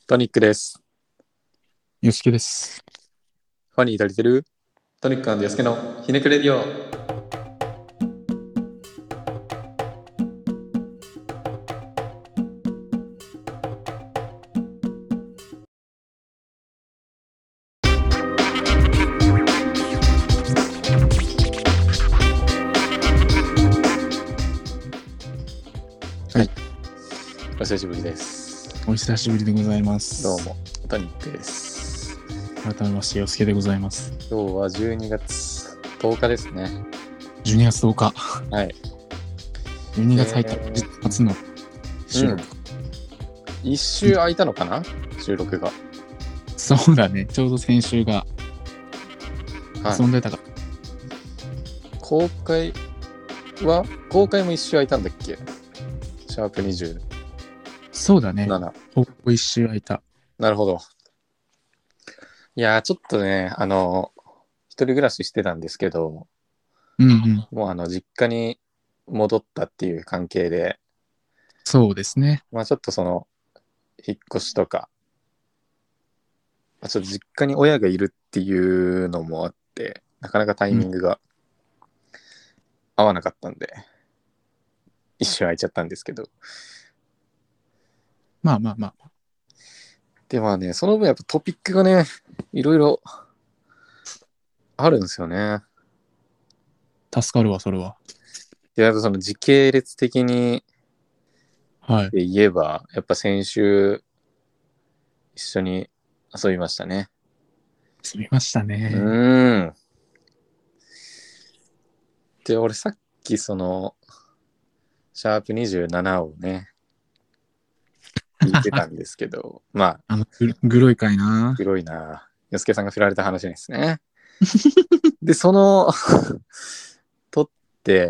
トニックです。 よしきです。 ファニー足りてる？トニック&ヨスケのひねくれディオ。はい。お久しぶりです。 お久しぶりでございます。 どうも、トニックです。 改めまして、よすけでございます。 今日は12月10日ですね。 12月10日。 はい。 12月入った初の収録。 一週空いたのかな、収録が。 そうだね。ちょうど先週が遊んでたから。 公開も一週空いたんだっけ？シャープ20。 そうだね。ほぼ一週空いた。 なるほど。いやー、ちょっとね、一人暮らししてたんですけど、もう実家に戻ったっていう関係で、 そうですね。 まあちょっとその引っ越しとか、ちょっと実家に親がいるっていうのもあって、なかなかタイミングが合わなかったんで、一瞬空いちゃったんですけど。 まあ。 でまあね、その分やっぱトピックがね、いろいろあるんですよね。 助かるわ、それは。 やっぱその時系列的にで言えば、やっぱ先週一緒に遊びましたね。 遊びましたね。 で、俺さっきその、シャープ27をね、聞いてたんですけど、まあ、 グロいかいな。 黒いな。洋介さんが振られた話ですね。で、その撮って、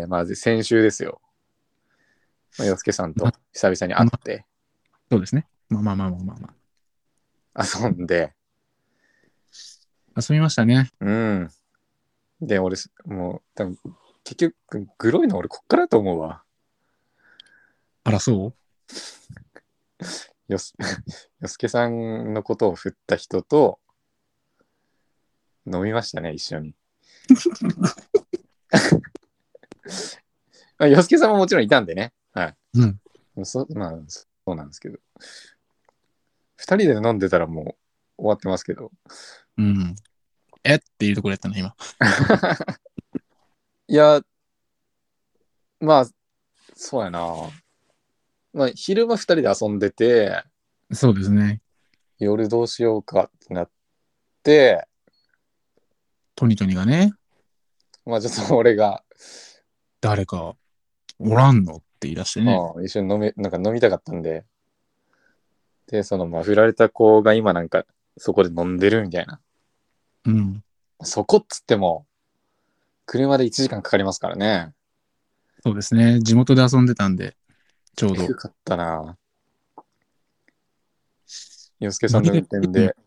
まあ、先週ですよ。洋介さんと久々に会って、 そうですね。まあ。 遊んで、 遊びましたね。 で、俺、もう、多分結局、グロいの俺、こっからだと思うわ。 あら、そう洋介さんのことを振った人と飲みましたね、一緒に。洋介さんももちろんいたんでね。はい。まあ、そうなんですけど。二人で飲んでたらもう終わってますけど。 っていうところやったの、今。 いや、まあ、そうやな。まあ、昼間二人で遊んでて、 そうですね。 夜どうしようかってなって、 トニトニがね、 まあちょっと俺が、 誰かおらんのって言い出してね。 一緒になんか飲みたかったんで、で、そのまあ振られた子が今なんかそこで飲んでるみたいな。そこっつっても、車で1時間かかりますからね。 そうですね。地元で遊んでたんで、ちょうど。 低かったな。洋介さんの運転で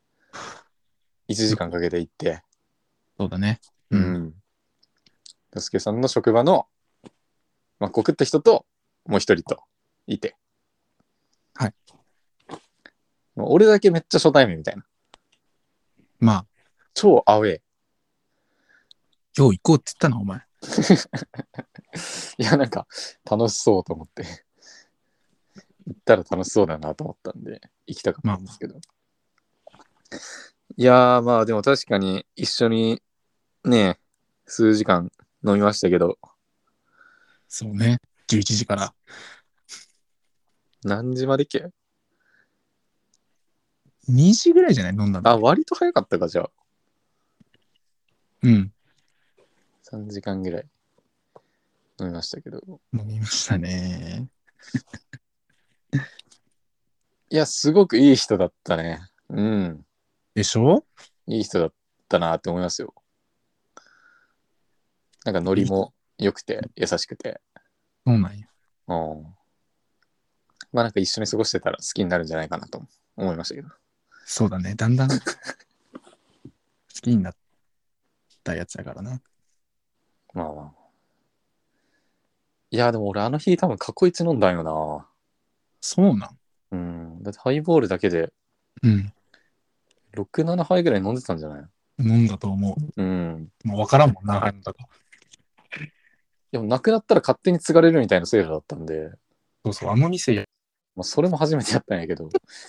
1時間かけて行って、 そうだね。 洋介さんの職場の、まあ、告った人と、もう一人といて。 はい。 俺だけめっちゃ初対面みたいな。 まあ。 超アウェー。 今日行こうって言ったな、お前。 いや、なんか、楽しそうと思って。行ったら楽しそうだなと思ったんで、行きたかったんですけど。いやー、まあでも確かに一緒にね、数時間飲みましたけど。 そうね。11時から。 何時までっけ？ 2時ぐらいじゃない飲んだの。 割と早かったか、じゃあ。3時間ぐらい飲みましたけど。 飲みましたね。 いや、すごくいい人だったね。 でしょ？ いい人だったなって思いますよ。なんかノリも良くて、優しくて。 そうなんや。 まあなんか一緒に過ごしてたら好きになるんじゃないかなと思いましたけど。 そうだね。だんだん好きになったやつだからな。 まあ。いや、でも俺多分過去一飲んだんよな。 そうなん？ だってハイボールだけでうん。 6、7杯ぐらい飲んでたんじゃない？ 飲んだと思うん。 う。もう分からんもんな、何杯飲んだか。 でもなくなったら勝手に継がれるみたいな制度だったんで、 そうそう、あの店、 まあ、それも初めてやったんやけど、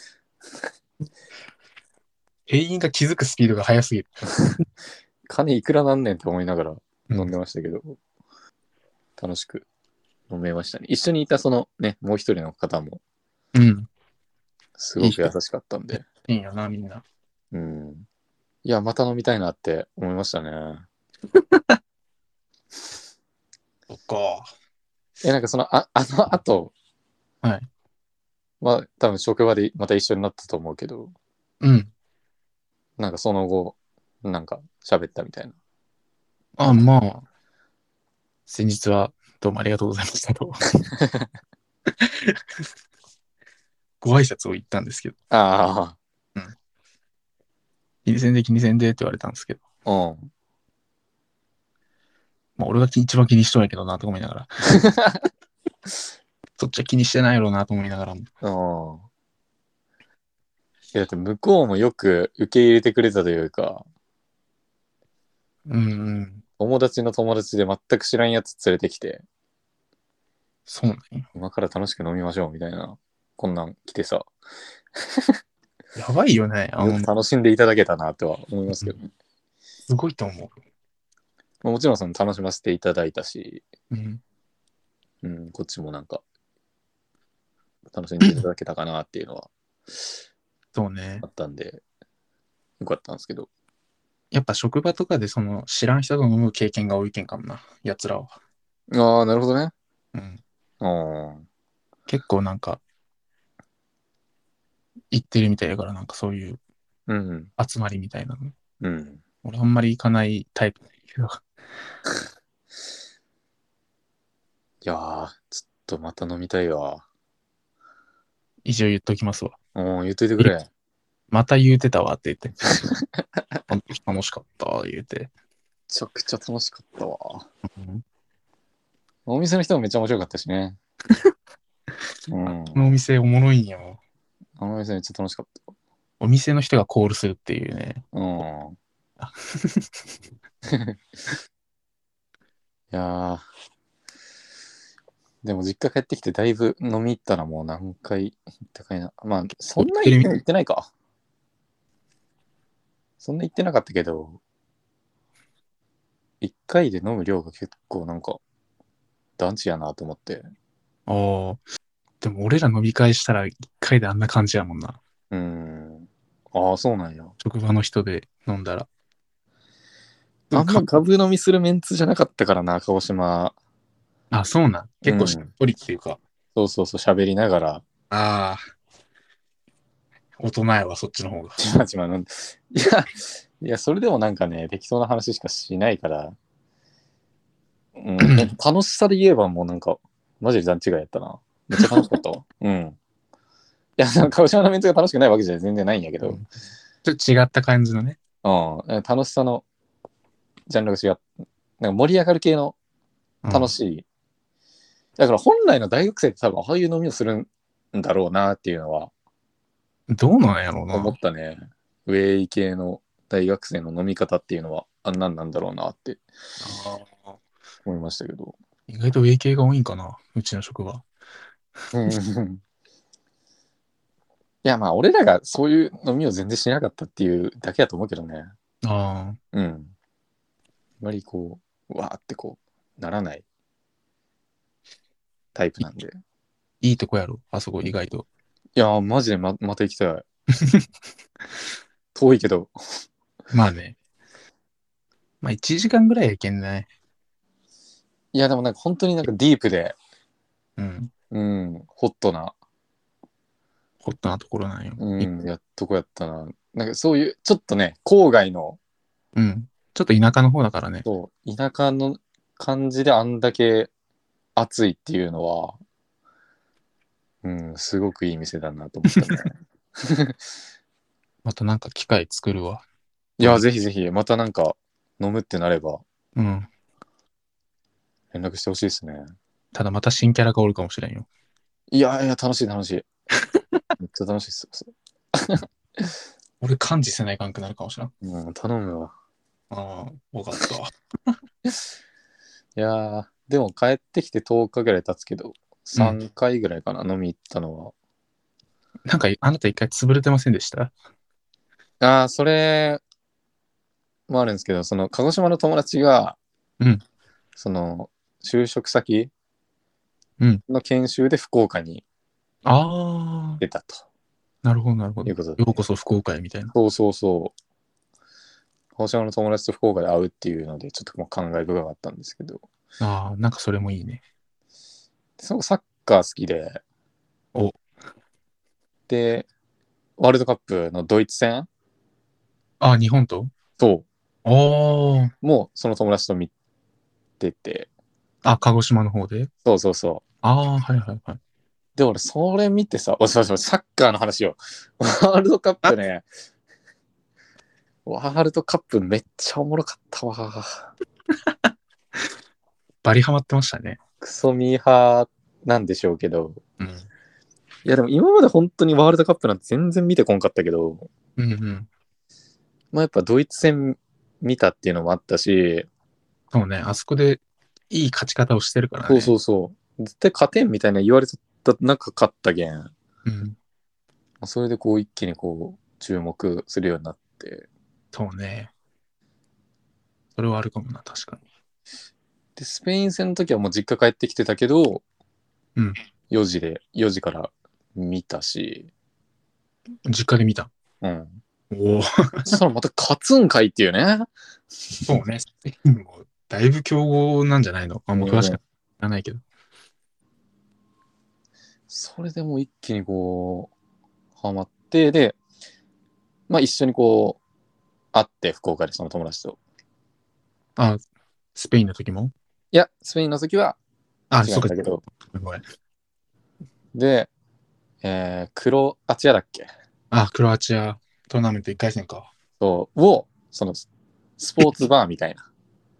店員が気づくスピードが速すぎる。 金いくらなんねんって思いながらうん飲んでましたけど、楽しく飲めましたね。一緒にいたそのね、もう一人の方もうん。 すごく優しかったんで、 いいよな、みんな。 うん。いや、また飲みたいなって思いましたね。 そっか。 なんかあの後はい。 は多分職場でまた一緒になったと思うけど、 うん。 なんかその後、なんか喋ったみたいな。 あ、まあ、先日はどうもありがとうございましたと。ご挨拶を言ったんですけど。 あうん。気にせんで気にせんでって言われたんですけど。 あ、うん。 まあ、俺が一番気にしとんやけどなと思いながら。そっちは気にしてないやろうなと思いながらも。 うん。だって向こうもよく受け入れてくれたというか、 うんうん。 友達の友達で全く知らんやつ連れてきて、 そうなんや。 今から楽しく飲みましょうみたいな、こんなん来てさ、 やばいよね。 よく楽しんでいただけたなとは思いますけどね。 すごいと思もちろんその楽しませていただいたし、 う。うん。 うん、こっちもなんか楽しんでいただけたかなっていうのはそうねあ。ったんで、よかったんですけど。 やっぱ職場とかでその知らん人と飲む経験が多いけんかもな。奴らは。 ああ、なるほどね。 うん。 ああ、 結構なんか言ってるみたいだから、なんかそういううん、 集まりみたいなの。 うん。 俺あんまり行かないタイプだけど。 いやー、ちょっとまた飲みたいわ。 一応言っときますわ。 うん、言っといてくれ。 また言うてたわって言って。あの時楽しかった言うて。 めちゃくちゃ楽しかったわ。 うん、 お店の人もめっちゃ面白かったしね。うあん。 のお店おもろいんよ。 あの店めっちゃ楽しかっお店の人がコールするっていうね。 た。うん。いやー、でも実家帰ってきてだいぶ飲み行ったらもう何回行ったかいな。まあ、そんなに行ってないか。そんな行ってなかったけど、1回で飲む量が結構なんか団地やなと思って。 ああ。でも俺ら飲み会したら一回であんな感じやもんな。 うん。ああ、そうなんや。 職場の人で飲んだら。でもあんまガブ飲みするメンツじゃなかったからな、鹿児島。 あ、そうなん。結構しっうん。 とりっていうか。 そうそうそう、喋りながら、 ああ。大人やわ、そっちの方が。 ちまちま飲んで。いや、いや、それでもなんかね、適当な話しかしないから、うん、楽しさで言えばもうなんか、マジで段違いやったな。めっちゃ楽しかったわ。うん。いや、鹿児島のメンツが楽しくないわけじゃ全然ないんやけど、 うん、ちょっと違った感じのね。 うん、楽しさのジャンルが違う。なんか盛り上がる系のうん。 楽しい。だから本来の大学生って多分ああいう飲みをするんだろうなっていうのはどうなんやろう思な。 ったね。ウェイ系の大学生の飲み方っていうのはあんなんなんだろうなってああ。 思いましたけど。 意外とウェイ系が多いんかな、うちの職場。 うん。いや、まあ、俺らがそういう飲みを全然しなかったっていうだけだと思うけどね。 ああ。 うん。あまりこう、わーってこう、ならないタイプなんで。 いいとこやろ、あそこ意外と。 いやー、マジでまた行きたい。遠いけど。 まあね。まあ1時間ぐらいはいけんない。 いや、でもなんか本当になんかディープで、 うん。 うん、ホットな、 ホットなところなんよ。 うん、とこやったな。なんかそういう、ちょっとね、郊外の、 うん。ちょっと田舎の方だからね。 そう、田舎の感じであんだけ暑いっていうのは、うん、すごくいい店だなと思ったね。 またなんか機会作るわ。 いや、ぜひぜひ、またなんか飲むってなればうん。 連絡してほしいですね。 ただまた新キャラがおるかもしれんよ。 いやいや、楽しい楽しい。めっちゃ楽しいっす。 俺感知せないかんくなるかもしれん。 うん、頼むわ。 ああ、わかった。 いやー、でも帰ってきて10日ぐらい経つけど、3回ぐらいかな、飲み行ったのは。 なんか、あなた一回潰れてませんでした？ ああ、それもあるんですけど、その、鹿児島の友達が、 うん。 その、就職先うん。 の研修で福岡にああ、 出たとなるほど、なるほど。 いうことで。 ようこそ福岡へみたいな。 そうそうそう。鹿児島の友達と福岡で会うっていうので、ちょっともう感慨深かったんですけど、 ああ、なんかそれもいいね。 そのサッカー好きで、 お、 で、ワールドカップのドイツ戦ああ、日本とと、 あもうその友達と見てて、 あ、あ、鹿児島の方でそうそうそう。 ああ、はいはいはい。 で、俺、それ見てさ、そうそう、サッカーの話を。ワールドカッあ、 プね、ワールドカップめっちゃおもろかったわ。 バリハマってましたね。 クソミーハーなんでしょうけど、 うん。 いやでも今まで本当にワールドカップなんて全然見てこんかったけど、 うんうん。 まあやっぱドイツ戦見たっていうのもあったし、 そうね、あそこでいい勝ち方をしてるからそうそね。 うそう、絶対勝てんみたいな言われてた中勝ったけん、 うん。 それでこう一気にこう注目するようになって、 そうね。それはあるかもな、確かで、スペイン戦の時はもう実家帰ってきてたけど、 に。うん。 4時から見たし、 実家で見た。 うん。 おお。 そしたらまた勝つんかいっていうね。 そうね。スペインもだいぶ強豪なんじゃないの？あ、もう詳しくね、 知らないけど。 それでもう一気にこう、ハマって、で、まあ一緒にこう、会って、福岡でその友達と。 あ、スペインの時もいや、スペインの時はあ、 違そうか。 うんだけど、 ごめん。 で、クロアチアだっけ、 あ、クロアチアトーナメント1回戦か。 その、スポーツバーみたいな。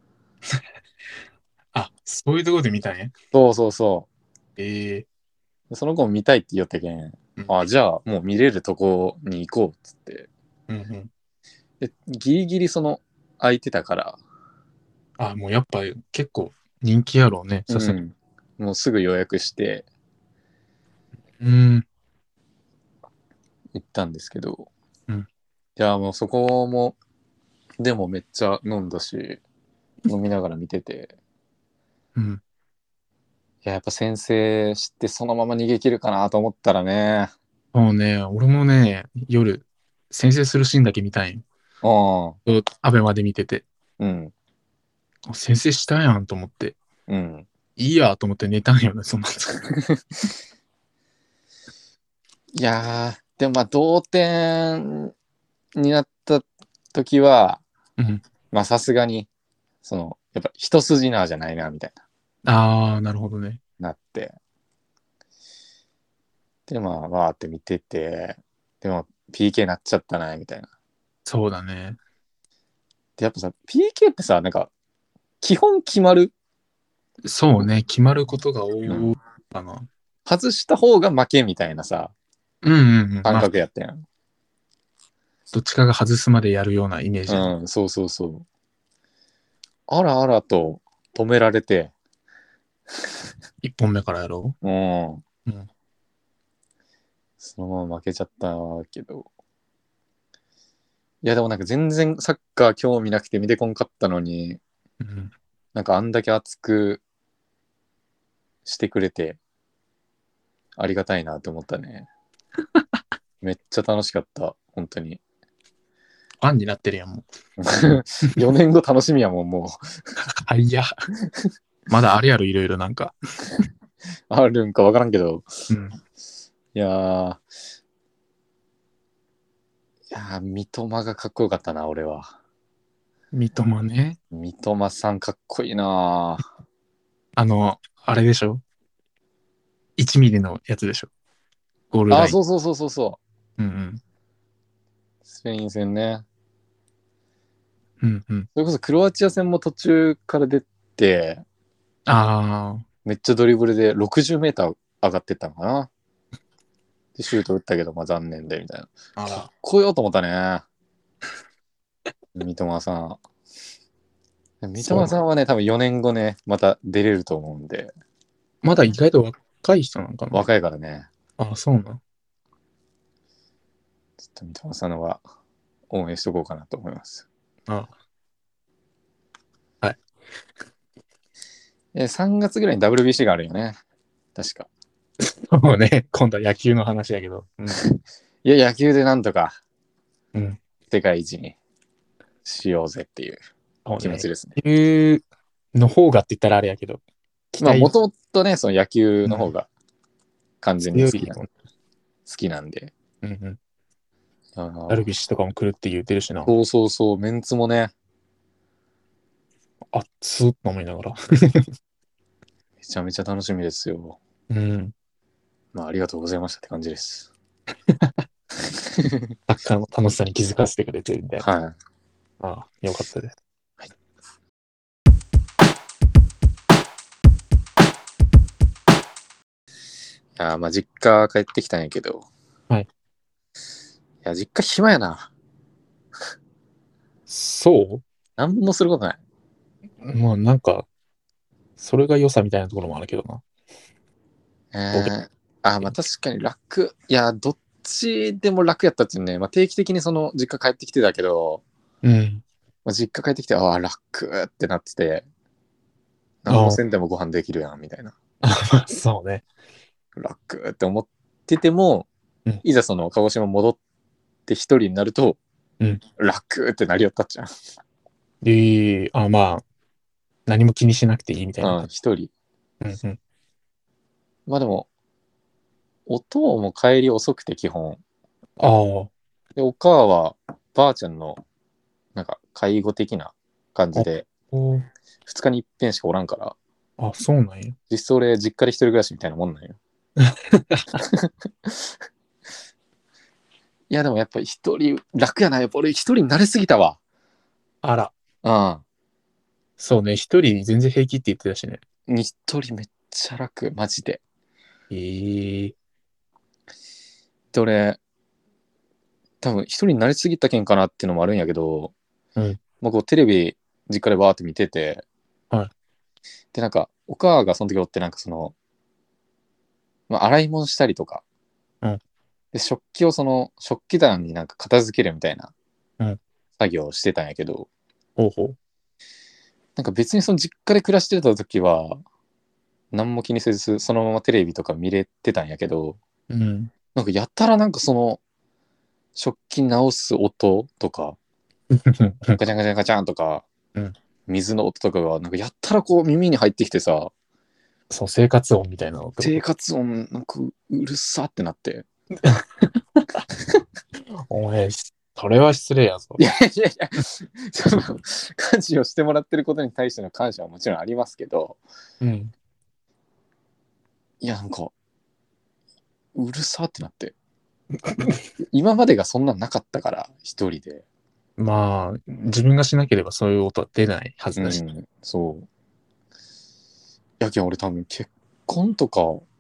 あ、そういうところで見たね。 そうそうそええう。その子も見たいって言ったけん、 うん。 あ、じゃあもう見れるとこに行こうっつって。 うんうん。 で、ギリギリその、空いてたから、 あ、もうやっぱ結構人気やろうね。さすがうん。もうすぐ予約してに。うん。 行ったんですけど、 うん。 いや、もうそこも、でもめっちゃ飲んだし、飲みながら見てて、 うん。 いや、やっぱ先生知ってそのまま逃げ切るかなと思ったらね、 そうね、俺もね、夜、先制するシーンだけ見たいん。 うアベマで見てて。 ん、うん、 あ先制したやんと思って。 うん。 いいやと思って寝たんよね、その後。 いやー、でもまあ同点になった時は、 うん。 まあさすがに、その、やっぱ一筋縄じゃないな、みたいな、 ああ、なるほどね。 なって。で、まあ、わーって見てて、でも PK なっちゃったな、みたいな。 そうだね。 で、やっぱさ、PK ってさ、なんか、基本決まる。 そうね、決まることが多いうん。 かな。 外した方が負けみたいなさ、 うんうんうん。 感まあ、 覚やったやん。 どっちかが外すまでやるようなイメージやね。 うん、そうそうそう。あらあらと止められて、 一本目からやろうん、 う。うん。 そのまま負けちゃったけど。いや、でもなんか全然サッカー興味なくて見てこんかったのに、 うん。 なんかあんだけ熱くしてくれて、ありがたいなと思ったね。めっちゃ楽しかった、本当に。 ファンになってるやん、もう。 4年後楽しみやもん、もう。 はいや。まだあるやろ、いろいろなんか。 あるんかわからんけど。 うん。 いやー、三笘がかっこよかったな、俺は。 三笘ね。 三笘さんかっこいいな。 あれでしょ？ 1 ミリのやつでしょ？ゴールライン。 そうそうそうそうそう。 うんうん。 スペイン戦ね。 うんうん。 それこそクロアチア戦も途中から出て、 ああ、 めっちゃドリブルで60メーター上がってったのかな。 で、シュート打ったけど、まあ残念で、みたいな。 あからっ。こようと思ったね。三笘さん。三笘さんはね、多分4年後ね、また出れると思うんで。 まだ意外と若い人なのかな。 若いからね。 あ、そうなの。 ちょっと三笘さんのは応援しとこうかなと思います。 あはい。 3月ぐらいに WBC があるよね。確か。 もうね、今度は野球の話やけど。うん。 いや、野球でなんとかうん。 世界一にしようぜっていうそうね。 気持ちですね。 野球の方がって言ったらあれやけど、期まあ、も待ともとね、その野球の方が完全に強いよ。 好きなんで。 うんうん。 あのダルビッシュとかも来るって言ってるしな。 そうそうそう、メンツもね、 熱っと思いながら。 めちゃめちゃ楽しみですよ。 うん。 まあ、ありがとうございましたって感じです。 サッカーの楽しさに気づかせてくれてるみたいな。 はい。 ああ、よかったです。 はい。まあ、実家帰ってきたんやけど。 はい。 いや、実家暇やな。 そなんもすることない。 うまあなんか、それが良さみたいなところもあるけどな。ボケまあ確かに楽。いや、どっちでも楽やったっていうね。まあ定期的にその実家帰ってきてたけど、 うん。 まあ、実家帰ってきて、楽ってなってて、何もあせんでもご飯できるやん、みたいな。 あ、そうね。 楽って思ってても、 うん。 いざその鹿児島戻って一人になると、 うん。 楽ってなりよったっちゃまあ、何も気にしなくていいみたいなう。うん、 感じ。 一人。 うんうん。 まあでも、お父も帰り遅くて基本。 ああ、 で、お母はばあちゃんのなんか介護的な感じで、 お 2日に一遍しかおらんから、 そうなんや。 実質俺実家で一人暮らしみたいなもんなんよ。いやでもやっぱ一人楽やな。やっぱ俺一人に慣れすぎたわ。 あら。 うん。 そうね。一人全然平気って言ってたしね。 一人めっちゃ楽、マジで。 ええで、俺、多分一人になりすぎたけんかなっていうのもあるんやけど、 うん。 まあ、こうテレビ実家でバーって見てて、 はい。 で、なんか、お母がその時おって、なんかその、まあ、洗い物したりとか、 うん。 で、食器をその、食器棚になんか片付けるみたいなうん。 作業をしてたんやけど、 ほうほなんか別にその実家で暮らしてた時は、何も気にせず、そのままテレビとか見れてたんやけど、 う。うん。 なんかやたらなんかその、食器直す音とか、ガチャンガチャンガチャンとか、 うん。 水の音とかが、なんかやったらこう耳に入ってきてさ、 そう、生活音みたいなのってこ生と。 活音なんかうるさってなって。 お前、それは失礼やぞ。 いやいやいや、その感謝をしてもらってることに対しての感謝はもちろんありますけど、 うん。 いやなんか、うるさってなって。今までがそんなんなかったから、一人で。 まあ、自分がしなければそういう音は出ないはずだし。 うん、そう。やけん俺多分結婚とか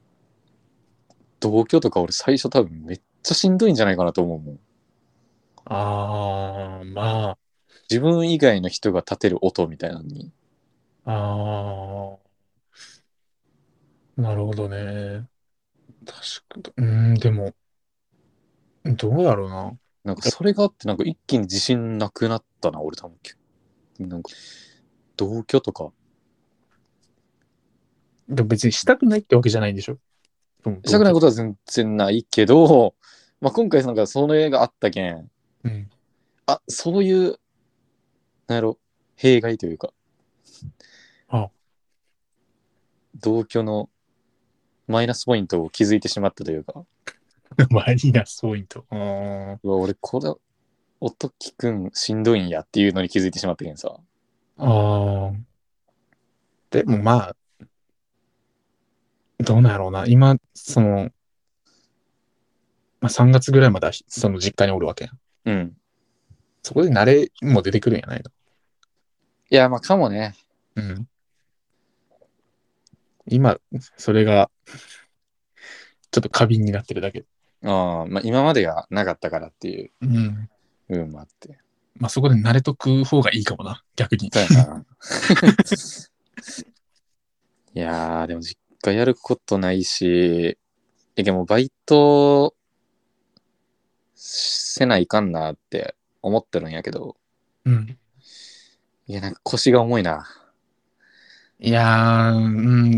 同居とか俺最初多分めっちゃしんどいんじゃないかなと思うもん。 まあ、 自分以外の人が立てる音みたいなのに。 あなるほどね。確かに。でも、どうやろうな。 なんかそれがあってなんか一気に自信なくなったな、俺多分。なんか同居とか。 でも別にしたくないってわけじゃないんでしょ。 したくないことは全然ないけど、まあ、今回なんかその映画あったけん、 うん。 そういう、なんやろ、弊害というか、 あ、 同居のマイナスポイントを気づいてしまったというか、 マイナスポイント。 俺これ、音聞くんしんどいんやっていうのに気づいてしまったけんさ。 あでもまあ、どうなんやろうな。今、3月ぐらいまではその実家におるわけやん。 うん。 そこで慣れも出てくるんやないの。 いや、まあかもね。 うん。今、それが、ちょっと過敏になってるだけ。 ああ、まあ今までがなかったからっていううん。 部分もあって。 まあそこで慣れとく方がいいかもな、逆に。 そうやな。いやー、でも実家やることないし、でもバイトせないかんなって思ってるんやけど、 うん。 いや、なんか腰が重いな。 いやー、うん、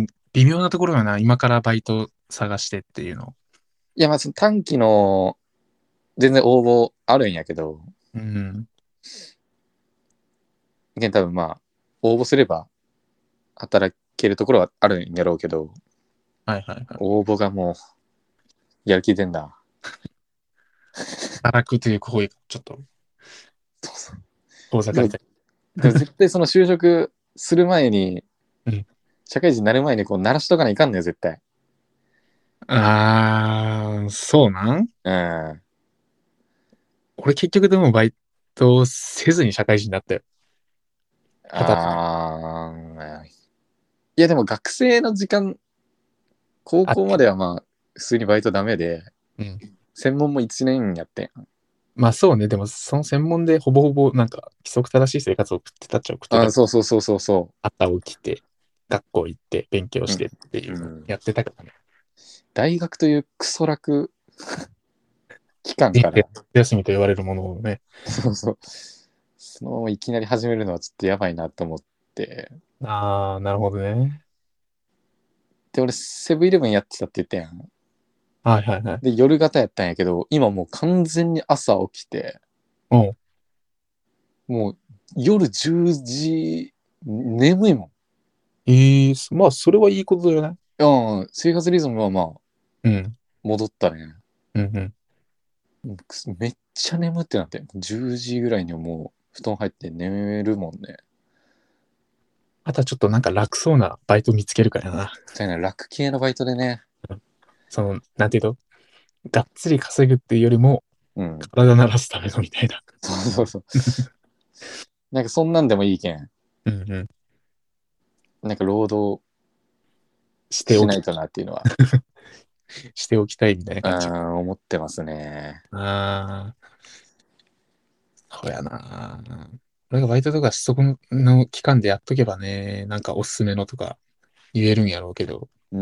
微妙なところだな、今からバイト探してっていうの。 いや、まあその短期の全然応募あるんやけど、 うん。 多分まあ、応募すれば働けるところはあるんやろうけど、 はいはいはい。 応募がもう、やる気出んだ。 働くという行為がちょっとそうそう。でも、 遠ざかりたい。 でも絶対その就職する前に、 うん。 社会人になる前にこう鳴らしとかないかんのよ、絶対。 そうなん？ うん。 俺結局でもバイトせずに社会人になったよ。働く。 いや、でも学生の時間、高あ、 校まではまあ、普通にバイトダメで、 うん。 専門も1年やってん。 まあそうね。でもその専門でほぼほぼなんか規則正しい生活を送ってたっちゃ送ってた。 そうそうそうそうそ朝起きて、学校行って、勉強う。 してっていうん。 うのうん。 やってたからね。 大学というクソ楽期間人生から、 休みと言われるものをね。 そうそう。そのままいきなり始めるのはちょっとやばいなと思って。 ああ、なるほどね。 で、俺、セブンイレブンやってたって言ったやん。 はいはいはい。 で、夜型やったんやけど、今もう完全に朝起きて、 うん。 もう夜10時、眠いもまあそれはいいことじゃない？ ん。うん、生活リズムはまあ、 うん。 戻ったね。 うんうん。 めっちゃ眠ってなって、10時ぐらいにはもう布団入って寝るもんね。 あとはちょっとなんか楽そうなバイト見つけるからな。 じゃあね、楽系のバイトでね。 なんていうと、がっつり稼ぐっていうよりも、 うん。 体慣らすためのみたいな。 そうそうそう。なんかそんなんでもいいけん。 うんうん。 なんか労働しておき、 しないとなっていうのは、 しておきたいみたいな感じ。 思ってますね。 ああ、そうやな。俺がバイトとかそこの期間でやっとけばね、なんかおすすめのとか言えるんやろうけど、 うん。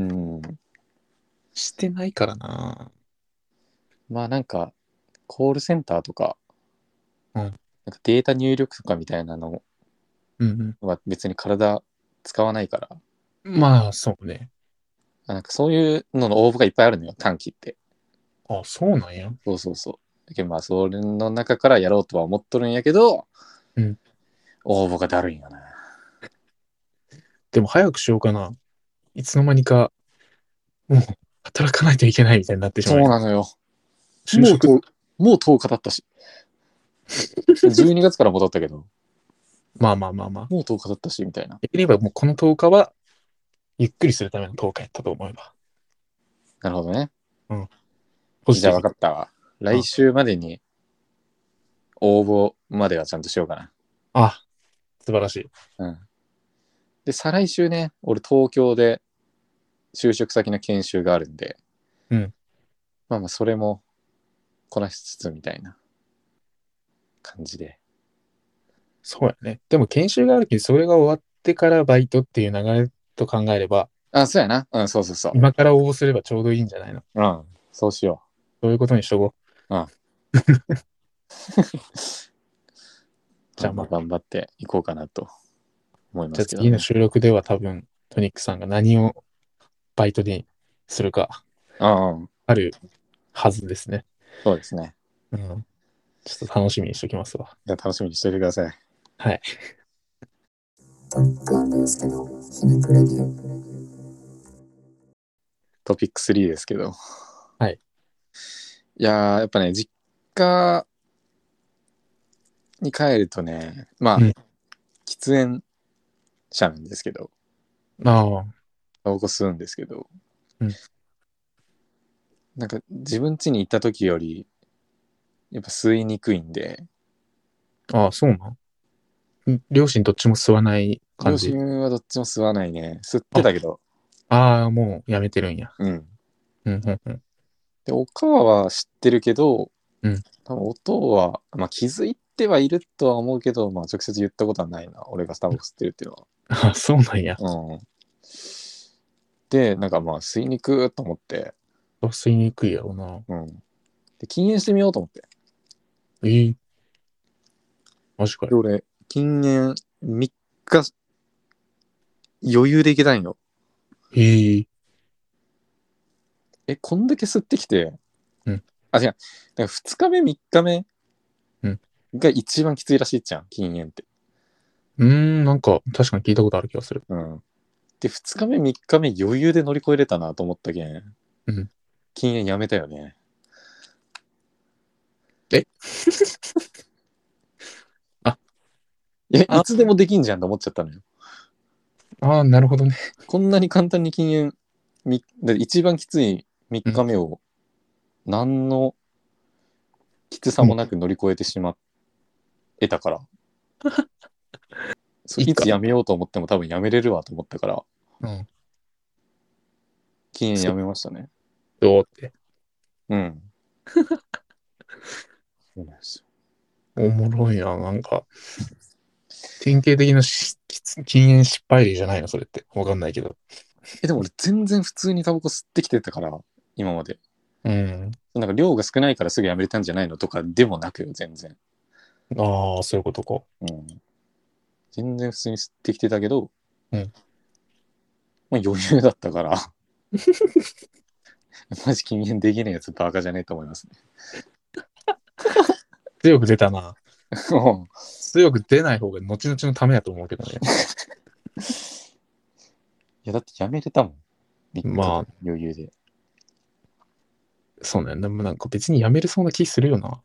してないからな。 まあなんか、コールセンターとか、 うん。 なんかデータ入力とかみたいなのうんは別に体使わないから、 うん。まあ、そうね。 なんかそういうのの応募がいっぱいあるのよ、短期って。 あ、そうなんや。 そうそうそう。だけどまあ、それの中からやろうとは思っとるんやけど、 うん。 応募がだるいんよな。 でも早くしようかな。いつの間にか、もう働かないといけないみたいになってしそまうよ。 うなのよ。 就職、 もう10日経ったし。12月から戻ったけど、 まあまあまあまあ。 もう10日経ったし、みたいな。 できればもうこの10日はゆっくりするための10日やったと思えば。 なるほどね。 うん。ポジじゃあティブに。 分かったわ。来あ、 週までに応募まではちゃんとしようかな。 あ、素晴らしい。 うん。で、再来週ね、俺東京で就職先の研修があるんで、 うん。 まあまあ、それもこなしつつみたいな感じで。 そうやね。でも研修があるけど、それが終わってからバイトっていう流れと考えれば、 あ、そうやな。うん、そうそうそ今から応募すればちょうどいいんじゃないの？ う。うん、そうしよそういうことにしとこう。 う。うん。 じゃあまあ、 頑張っていこうかなと思いまじゃあすけどね。 次の収録では多分、トニックさんが何をバイトにするか、 うん、うん、 あるはずですね。 そうですね。 うん。ちょっと楽しみにしておきますわ。 じゃあ楽しみにしておいてください。 はい。 トピック3ですけど。 はい。 いやー、やっぱね、実家に帰るとね、まあ、 うん。 喫煙者なんですけど、 ああ、 タバコ吸うんですけど、 うん。 なんか自分家に行った時より、やっぱ吸いにくいんで、 ああ、そう両親どっちも吸わない感両じ？ 親はどっちも吸わないね。吸ってあ、 たけど、 ああ、もうやめてるんや。 うん。 うん、うん、うん。 で、お母は知ってるけど、 うん。 多分音は、まあ気づいてはいるとは思うけど、まあ直接言ったことはないな。俺がタバコ吸ってるっていうのあ、そうなんや。 は。うん。で、なんかまあ吸いにくと思って、 吸いにくいやろうな。 うん。で、禁煙してみようと思って。 マジかよ。 で、俺、禁煙3日余裕でいけたんよ。こんだけ吸ってきて、 うん。 あ、違う。だから2日目、3日目うん。 が一番きついらしいじゃん、禁煙って。 なんか、確かに聞いたことある気がする。 うん。で、2日目、3日目余裕で乗り越えれたなと思ったけん、 うん。 禁煙やめたよね。 えあ、 いつでもできんじゃんと思っちゃったのよ。 なるほどね。 こんなに簡単に禁煙、だって一番きつい3日目を何のきつさもなく乗り越えてしまえたから、いついっか。 やめようと思っても多分やめれるわと思ったから、 うん。 禁煙やめましたね。 どうって。 うん。そうなんですおもろいな。なんか、典型的な禁煙失敗例じゃないの、それって。わかんないけど。 よ。でも俺全然普通にタバコ吸ってきてたから、今まで。 うん。 なんか量が少ないからすぐやめれたんじゃないのとかでもなくよ、全然。 ああ、そういうことか。 うん。全然普通に吸ってきてたけど、 うん。 まあ余裕だったから、マジ禁煙できねえやつバカじゃねえと思いますね。 強く出たな。 うん強く出ない方が後々のためやと思うけどね。 いや、だってやめれたもん。3日でまあ、 余裕で。 そうね。でもなんか別にやめるそうな気するよな。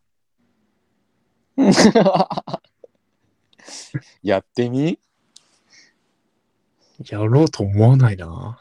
やってみやろうと思わないな。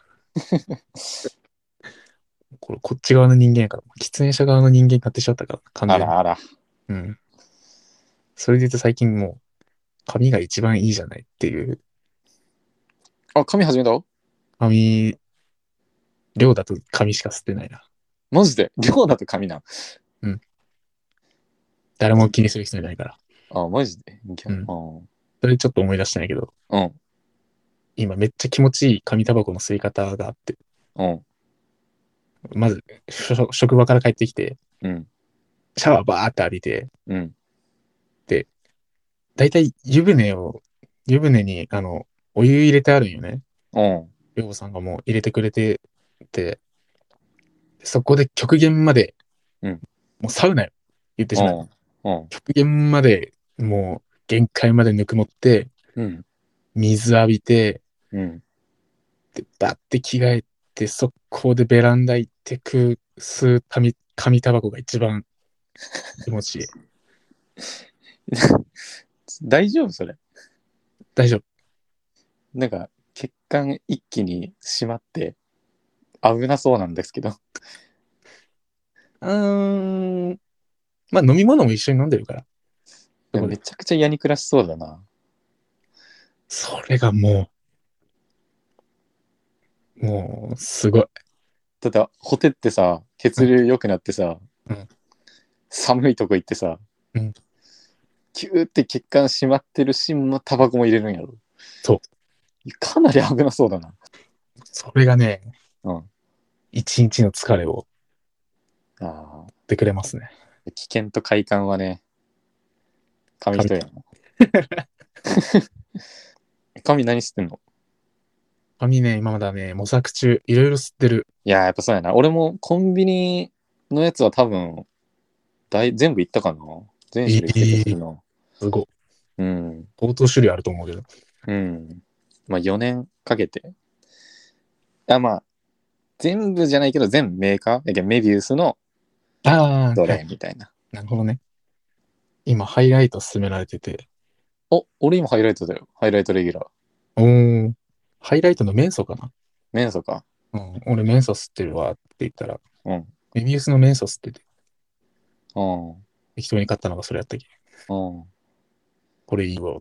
こっち側の人間やから、喫煙者側の人間になってしまったから、完全に。 あらあら。 うん。それで言うと最近もう、髪が一番いいじゃないっていう、 あ、髪始めた髪、量だと髪しか吸ってないな。 マジで量だと髪なん。 うん。誰も気にする人いないから。 あ、マジでうん。 うん。 それちょっと思い出したんやけど、 うん。 今めっちゃ気持ちいい紙タバコの吸い方があって、 うん。 まず、職場から帰ってきて、 うん。 シャワーバーって浴びて、 うん。 で、だいたい湯船に、お湯入れてあるんよね。 うん。 りょうさんがもう入れてくれてて、そこで極限まで、 うん。 もうサウナよ。言ってしまえば。 うん。うん。 極限まで、もう限界までぬくもって、 うん。 水浴びて、 うん。 で、バッて着替えて、速攻でベランダ行って吸う紙タバコが一番気持ちいい。 大丈夫それ。 大丈夫。 なんか、血管一気に締まって危なそうなんですけど。 まあ飲み物も一緒に飲んでるから。そこで。 めちゃくちゃ嫌に暮らしそうだな。 それがすごい。 ただ、ほてってさ、血流良くなってさ、 うん。 寒いとこ行ってさ、 うん。 キューって血管締まってるし、タバコも入れるんやろ。 そう。 かなり危なそうだな。 それがね、 うん。 一日の疲れをあってくれますね。 あ。危険と快感はね、紙一重やな。紙何吸ってんの髪ね、今まだね、模索中、いろいろ吸ってる。 いやー、やっぱそうやな。俺もコンビニのやつは多分、全部いったかな。全種類いけたするな。 すごい。 うん。 相当種類あると思うけど。 うん。まあ4年かけて。まあ、全部じゃないけど、全メーカー、メビウスのどはい。 れみたいな。 なるほどね。今、ハイライト進められてて。 俺今ハイライトだよ。ハイライトレギュラー。 おー、ハイライトのメンソかな。 メンソか。 うん、俺メンソ吸ってるわって言ったら、 うん。 メビウスのメンソ吸ってて、 うん。 適当に買ったのがそれやったっけ。 うん。 これいいわって。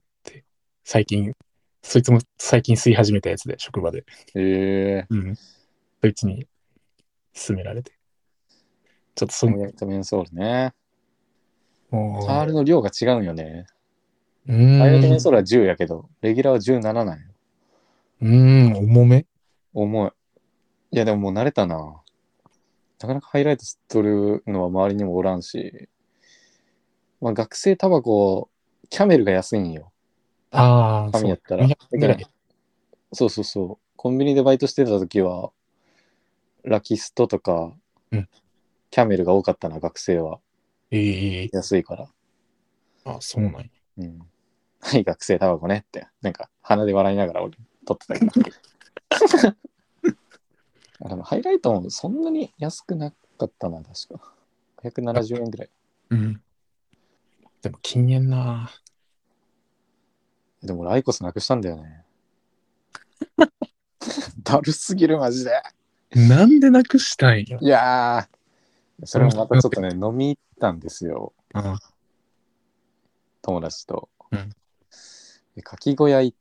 最近、そいつも最近吸い始めたやつで、職場で。 ええうん。そいつに勧められて。 ちょっとそハム焼きとメンソールね。タールうの量が違うんよね。 ーハム焼きとメンソん。 ールは10やけど、レギュラーは17なんよ。 重め。 重い。いやでももう慣れたな。なかなかハイライト吸っとるのは周りにもおらんし、まあ、学生タバコ、キャメルが安いんよ。 ああ、そう。 紙やったら。 200 だけん、 ぐらい。 そうそうそう。コンビニでバイトしてた時は、ラキストとか、 うん。 キャメルが多かったな、学生は。 ええ、 安いから。 あ、そうなんや。 うん。はい、学生タバコねって、なんか鼻で笑いながら俺、撮ってたけど。でもハイライトもそんなに安くなかったな、確か。170円ぐらい。 うん。でも禁煙な。 でも俺アイコスなくしたんだよね。だるすぎる、マジで。 なんでなくしたんや。 いやー、そそれもれもまたちょっとね、飲み行ったんですよ。 あ友達と。 うん。 でかき小屋行って、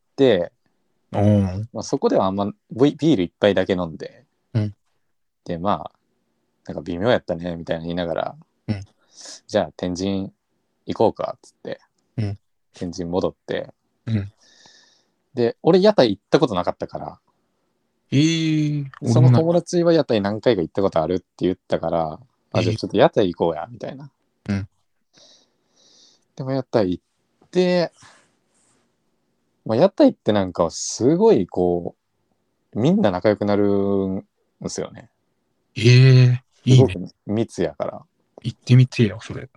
おーまあ、そこではあんまビール一杯だけ飲んで、 うん。 で、まあ、なんか微妙やったね、みたいな言いながら、 うん。 じゃあ天神行こうか、っつって、 うん。 天神戻って、 うん。 で、俺屋台行ったことなかったから、その俺もな、 友達は屋台何回か行ったことあるって言ったから、あ、じゃあちょっと屋台行こうや、みたいな。 うん。 でも屋台行って、まあ、屋台ってなんかすごいこう、みんな仲良くなるんですよね。すごくいいね。 密やから。 行ってみてよ、それ。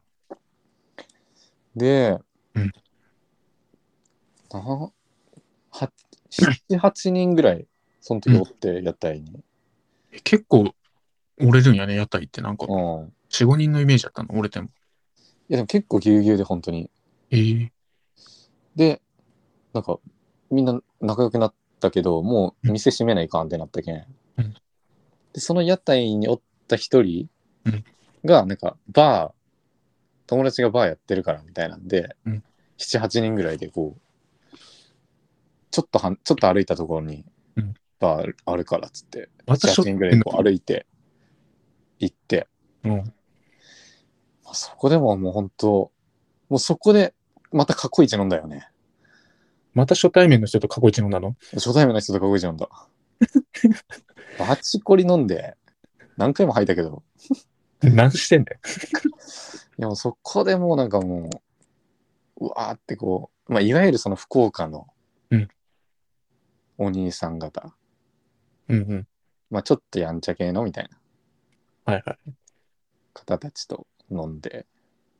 で、 うん。 7、8人ぐらい、そのうん。 時おって、屋台に。 結構、折れるんやね、屋台ってなんか、 うん。 4、5人のイメージだったの、折れても。 いや、でも結構ぎゅうぎゅうで、本当に。 ええで、なんか、みんな仲良くなったけど、もうん。 う店閉めないかんってなったけん。 うん。 で、その屋台におった一人うん。 が、なんか、友達がバーやってるからみたいなんで、 うん。 7、8人ぐらいでこう、ちょっと歩いたところにうん。 バーあるからっつって、7、 またしょっ 8人ぐらいてんの。 こう歩いて行って、 うん。 そこでももう本当、もうそこでまた過去一飲んだよね。 また初対面の人と過去一飲んだの。 初対面の人と過去一飲んだ。バチコリ飲んで、何回も吐いたけど、 何してんだよ。 いやもうそこでもうなんかもう、うわーってこう、まあ、いわゆるその福岡のうん。 お兄さん方、 うんうん。 まあちょっとやんちゃ系のみたいなはいはい。 方たちと飲んで、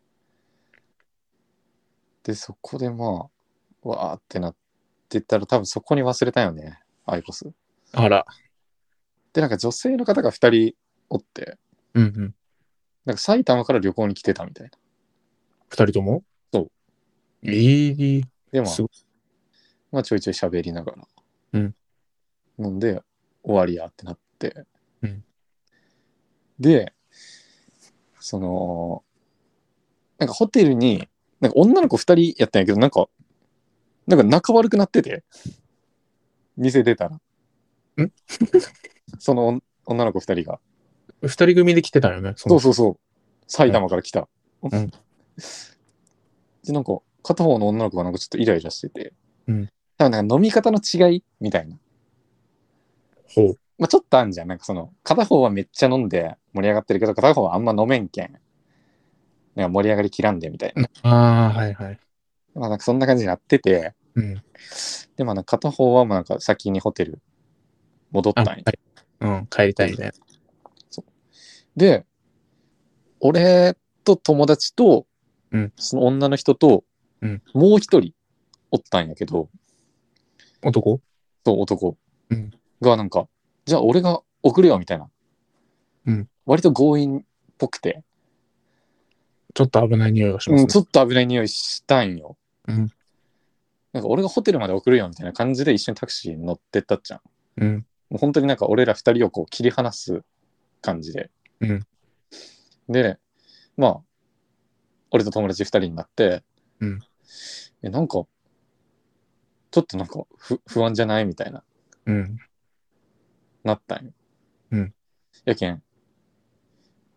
で、そこでまあ、わーってなってたら多分そこに忘れたよね、アイコス。 あら。 で、なんか女性の方が2人おって、 うんうん。 なんか埼玉から旅行に来てたみたいな。 二人とも。 そう。 ええで、 すごい。 まあちょいちょい喋りながらうん。 飲んで終わりやってなって、 うん。 で、その、なんかホテルに、なんか女の子2人やったんやけど、なんか仲悪くなってて、店出たら。 んその女の子2人が。 二人組で来てたよね、その二人。 そうそうそう。埼はい。 玉から来た。 うん。 で、なんか片方の女の子がなんかちょっとイライラしてて、 うん。 多分なんか飲み方の違いみたいな。 ほう。 まあちょっとあんじゃん。なんかその、片方はめっちゃ飲んで盛り上がってるけど、片方はあんま飲めんけん。なんか盛り上がりきらんでみたいな。 ああ、はいはい。 まあなんかそんな感じになってて、 うん。 で、まあなんか片方はまあなんか先にホテル戻っあ、 たんよ。 はい。うん。帰りたいみたいな。 そうで、俺と友達と、 うん。 その女の人と、 うん。 もう一人おったんやけど、 男。 そう男うん。 がなんか、じゃあ俺が送るよみたいな、 うん。 割と強引っぽくて、 ちょっと危ない匂いがしまうん、 すね。 ちょっと危ない匂いしたんよ。 うん。 なんか俺がホテルまで送るよみたいな感じで一緒にタクシーに乗ってったっちゃん。 うん。 もう本当になんか俺ら二人をこう切り離す感じで。 うん。 で、まあ、俺と友達二人になって、 うん。 なんか、ちょっとなんか不安じゃないみたいな、 うん。 なったんよ。 うん。 やけん、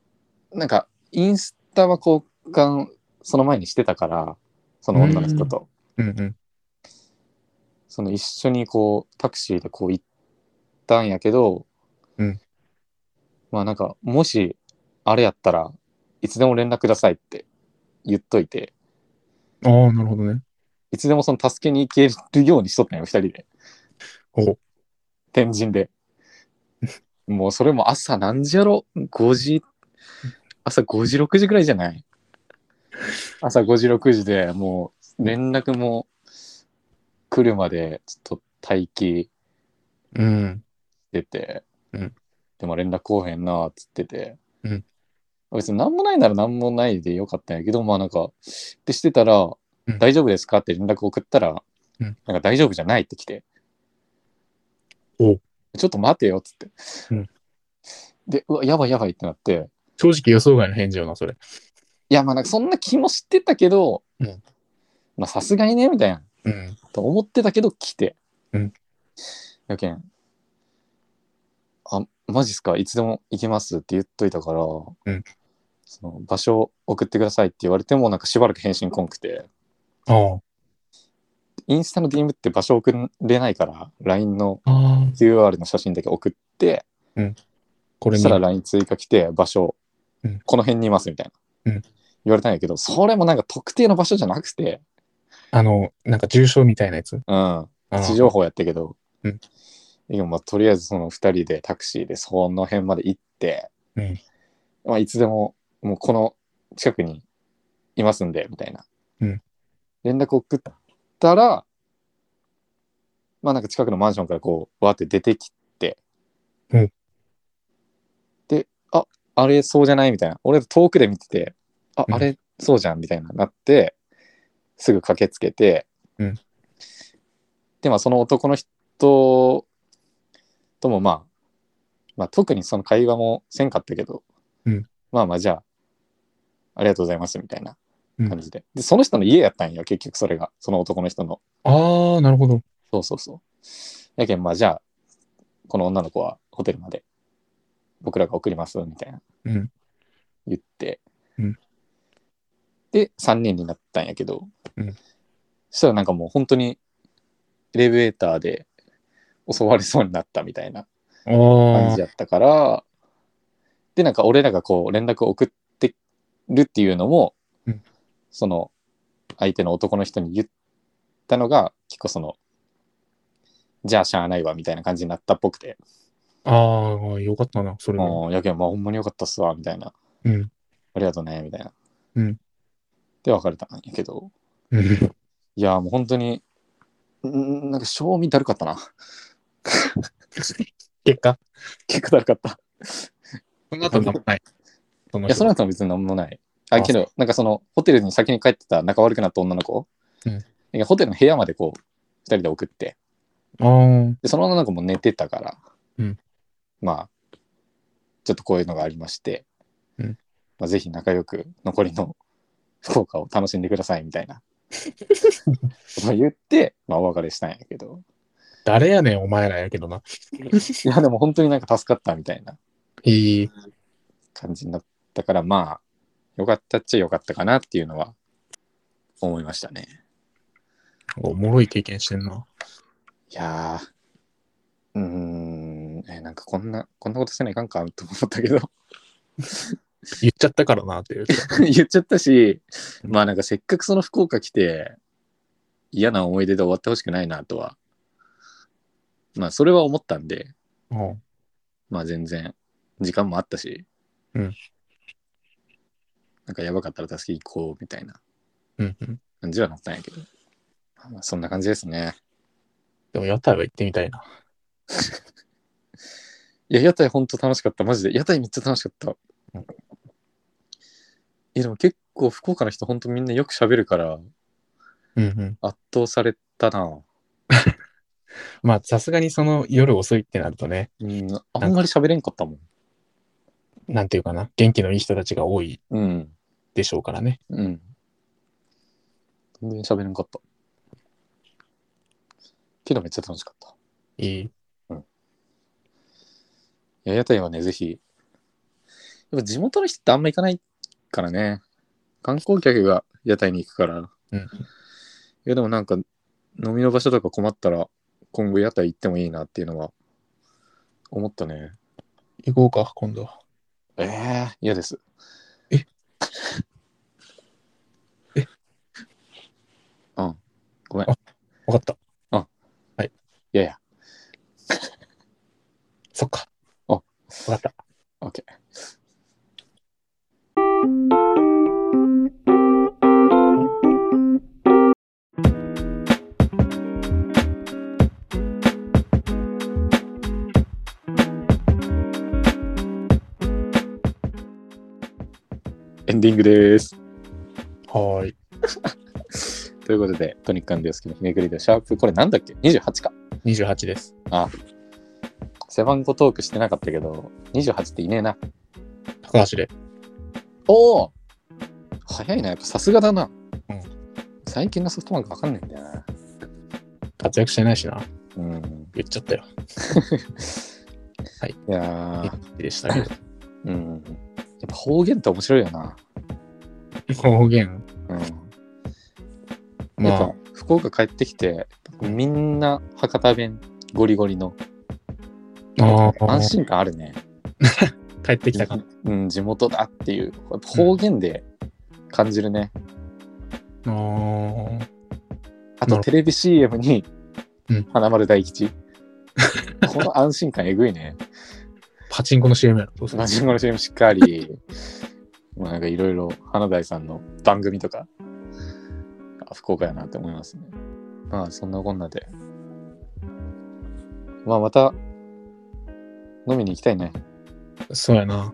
なんか、インスタは交換、その前にしてたから、その女の人と。 うんうん。 その一緒にこう、タクシーでこう行ったんやけど、 うん。 まあなんか、もし、あれやったらいつでも連絡くださいって言っといて、 ああ、なるほどね。 いつでもその助けに行けるようにしとったんよ、二人で。 お天神で。もうそれも朝何時やろ ?5 時、朝5時、6時ぐらいじゃない？朝5時、6時でもう連絡も来るまでちょっと待機うん。 してて、 うん。 でも連絡来おへんなっつってて、 うん。 別に何もないなら何もないでよかったんやけど、まあなんか、ってしてたら、 うん。 大丈夫ですかって連絡送ったら、 うん。 なんか大丈夫じゃないって来て、 おちょっと待てよっつって。 うん。 で、うわ、やばいやばいってなって、 正直予想外の返事よな、それ。 いや、まあなんかそんな気もしてたけど、 うん。 まあさすがにね、みたいな、 うん。 と思ってたけど来て、 うん。 やけん、あ、マジっすかいつでも行けますって言っといたから、 うん。 その場所送ってくださいって言われても、なんかしばらく返信こんくて、 あインスタの DM って場所送れないから、LINE のあ。ああ。 QR の写真だけ送って、 うん。こそしたられに、 LINE 追加来て、場所、 うん。 この辺にいますみたいな。 うん。 言われたんやけど、それもなんか特定の場所じゃなくて、 なんか重症みたいなやつ。 うん、 ああ。 位置情報やったけど、 うん。 でもまあとりあえずその2人でタクシーでその辺まで行って、 うん。 まあ、いつでももうこの近くにいますんで、みたいな。 うん。 連絡送ったら、まあなんか近くのマンションからこう、わーって出てきて、 うん。 で、あ、あれそうじゃないみたいな。俺遠くで見てて、あ、 うん。 あれそうじゃんみたいななって、すぐ駆けつけて、 うん。 で、まあその男の人ともまあ特にその会話もせんかったけど、 うん。 まあまあじゃあ、ありがとうございますみたいなうん。 感じで。で、その人の家やったんよ、結局それが。その男の人の。 ああ、なるほど。 そうそうそう。やけん、まあじゃあ、この女の子はホテルまで僕らが送りますみたいなうん。 言って、 うん。 で、3人になったんやけど、 うん。 そしたらなんかもう本当にエレベーターで襲われそうになったみたいな感ああ。 じやったから、で、なんか俺らがこう連絡を送ってるっていうのも、 うん。 その相手の男の人に言ったのが、結構その、じゃあしゃあないわみたいな感じになったっぽくて、 ああ、よかったな、それなら。 やけん、まあほんまによかったっすわ、みたいな。 うん。 ありがとうね、みたいな。 うん。 で、別れたんやけど、 うん。 いや、もう本当に、なんか賞味だるかったな。 結果、 結構だるかった。 その後なんもない。そのや、 人と。 その後も別になんもない。あ、 あ、そけど、なんかその、ホテルに先に帰ってた仲悪くなった女の子、 う。うん。 ホテルの部屋までこう、二人で送って、 ああ。 で、その女の子も寝てたから、 うん。 まあ、ちょっとこういうのがありまして、 うん。 まあ、ぜひ仲良く残りの福岡を楽しんでくださいみたいなことを言って、まあ、お別れしたんやけど、 誰やねん、お前らやけどな。 いや、でも本当になんか助かったみたいないい。 感じになったから、まあ、よかったっちゃよかったかなっていうのは思いましたね。 おもろい経験してんな。 いやなんかこんなことせないかんかと思ったけど言っちゃったからなっていう。 言っちゃったし、 うん。 まあなんかせっかくその福岡来て嫌な思い出で終わってほしくないなとは、まあそれは思ったんで、 ああ。 まあ全然時間もあったし、 うん。 なんかやばかったら助け行こうみたいなうん。うん。 感じはなったんやけど、まあ、そんな感じですね。 でも屋台は行ってみたいな。 いや、屋台ほんと楽しかった。マジで。屋台めっちゃ楽しかった。 うん。 でも結構福岡の人ほんとみんなよく喋るからうん。うん。 圧倒されたな。 まあ、さすがにその夜遅いってなるとね、 うん、あなんか、 んまり喋れんかったもん。 なんていうかな、元気のいい人たちが多いうん。 でしょうからね。 うん。全然喋れんかった。けどめっちゃ楽しかった。 いい。 うん。いや、屋台はね、ぜひぱ地元の人ってあんま行かないからね。観光客が屋台に行くから。いやでもなんか飲みの場所とか困ったら今後屋台行ってもいいなっていうのは思ったね。 行こうか、今度。 嫌です。うん。ごめん。 わかった。 はい。いや。 そっか。 わかった。 OK。エンディングです。 はーい。 ということで、トニック&ディオスキのひねくりでシャープ、これなんだっけ ?28 か。 28です。 背番号トークしてなかったけど、28っていねえな。 高橋で。 おお早いな、やっぱさすがだな。最近のソフトバンクわかんないんだよな。 活躍してないしな。 言っちゃったよ。はい。 いやでしたけど。 やっぱ方言って面白いよな。 方言。 やっぱ福岡帰ってきて、みんな博多弁ゴリゴリの。安心感あるね。 帰ってきたか。 地元だっていう。やっぱ方言で感じるね。あとテレビ CM に花丸大吉。この安心感えぐいね。 パチンコの CM やろ。 パチンコの CM しっかり。なんかいろいろ花大さんの番組とか福岡やなって思いますね。まあそんなこんなで。また飲みに行きたいね。 そうやな。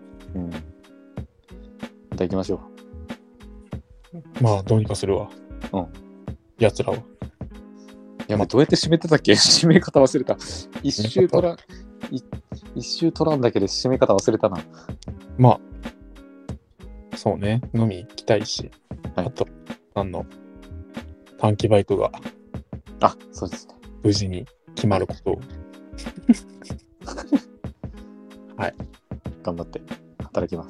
また行きましょう。まあどうにかするわ。奴らは。 いや、どうやって締めてたっけ？締め方忘れた。一周取らんだけで締め方忘れたな。 まあ、そうね。飲み行きたいし。あと、短期バイトが。 そうですね。 無事に決まることを。はい。 頑張って働きます。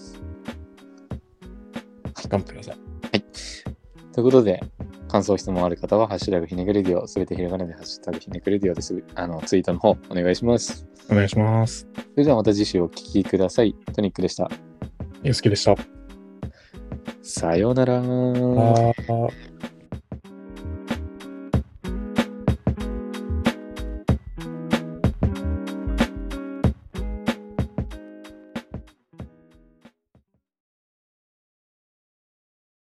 頑張ってください。 はい。ということで、感想質問ある方は、ハッシュタグひねくレディオ、すべてひらがなでハッシュタグひねくレディオです。ツイートの方、お願いします。 お願いします。 それではまた次週お聞きください。トニックでした。 ゆうすけでした。 さようなら。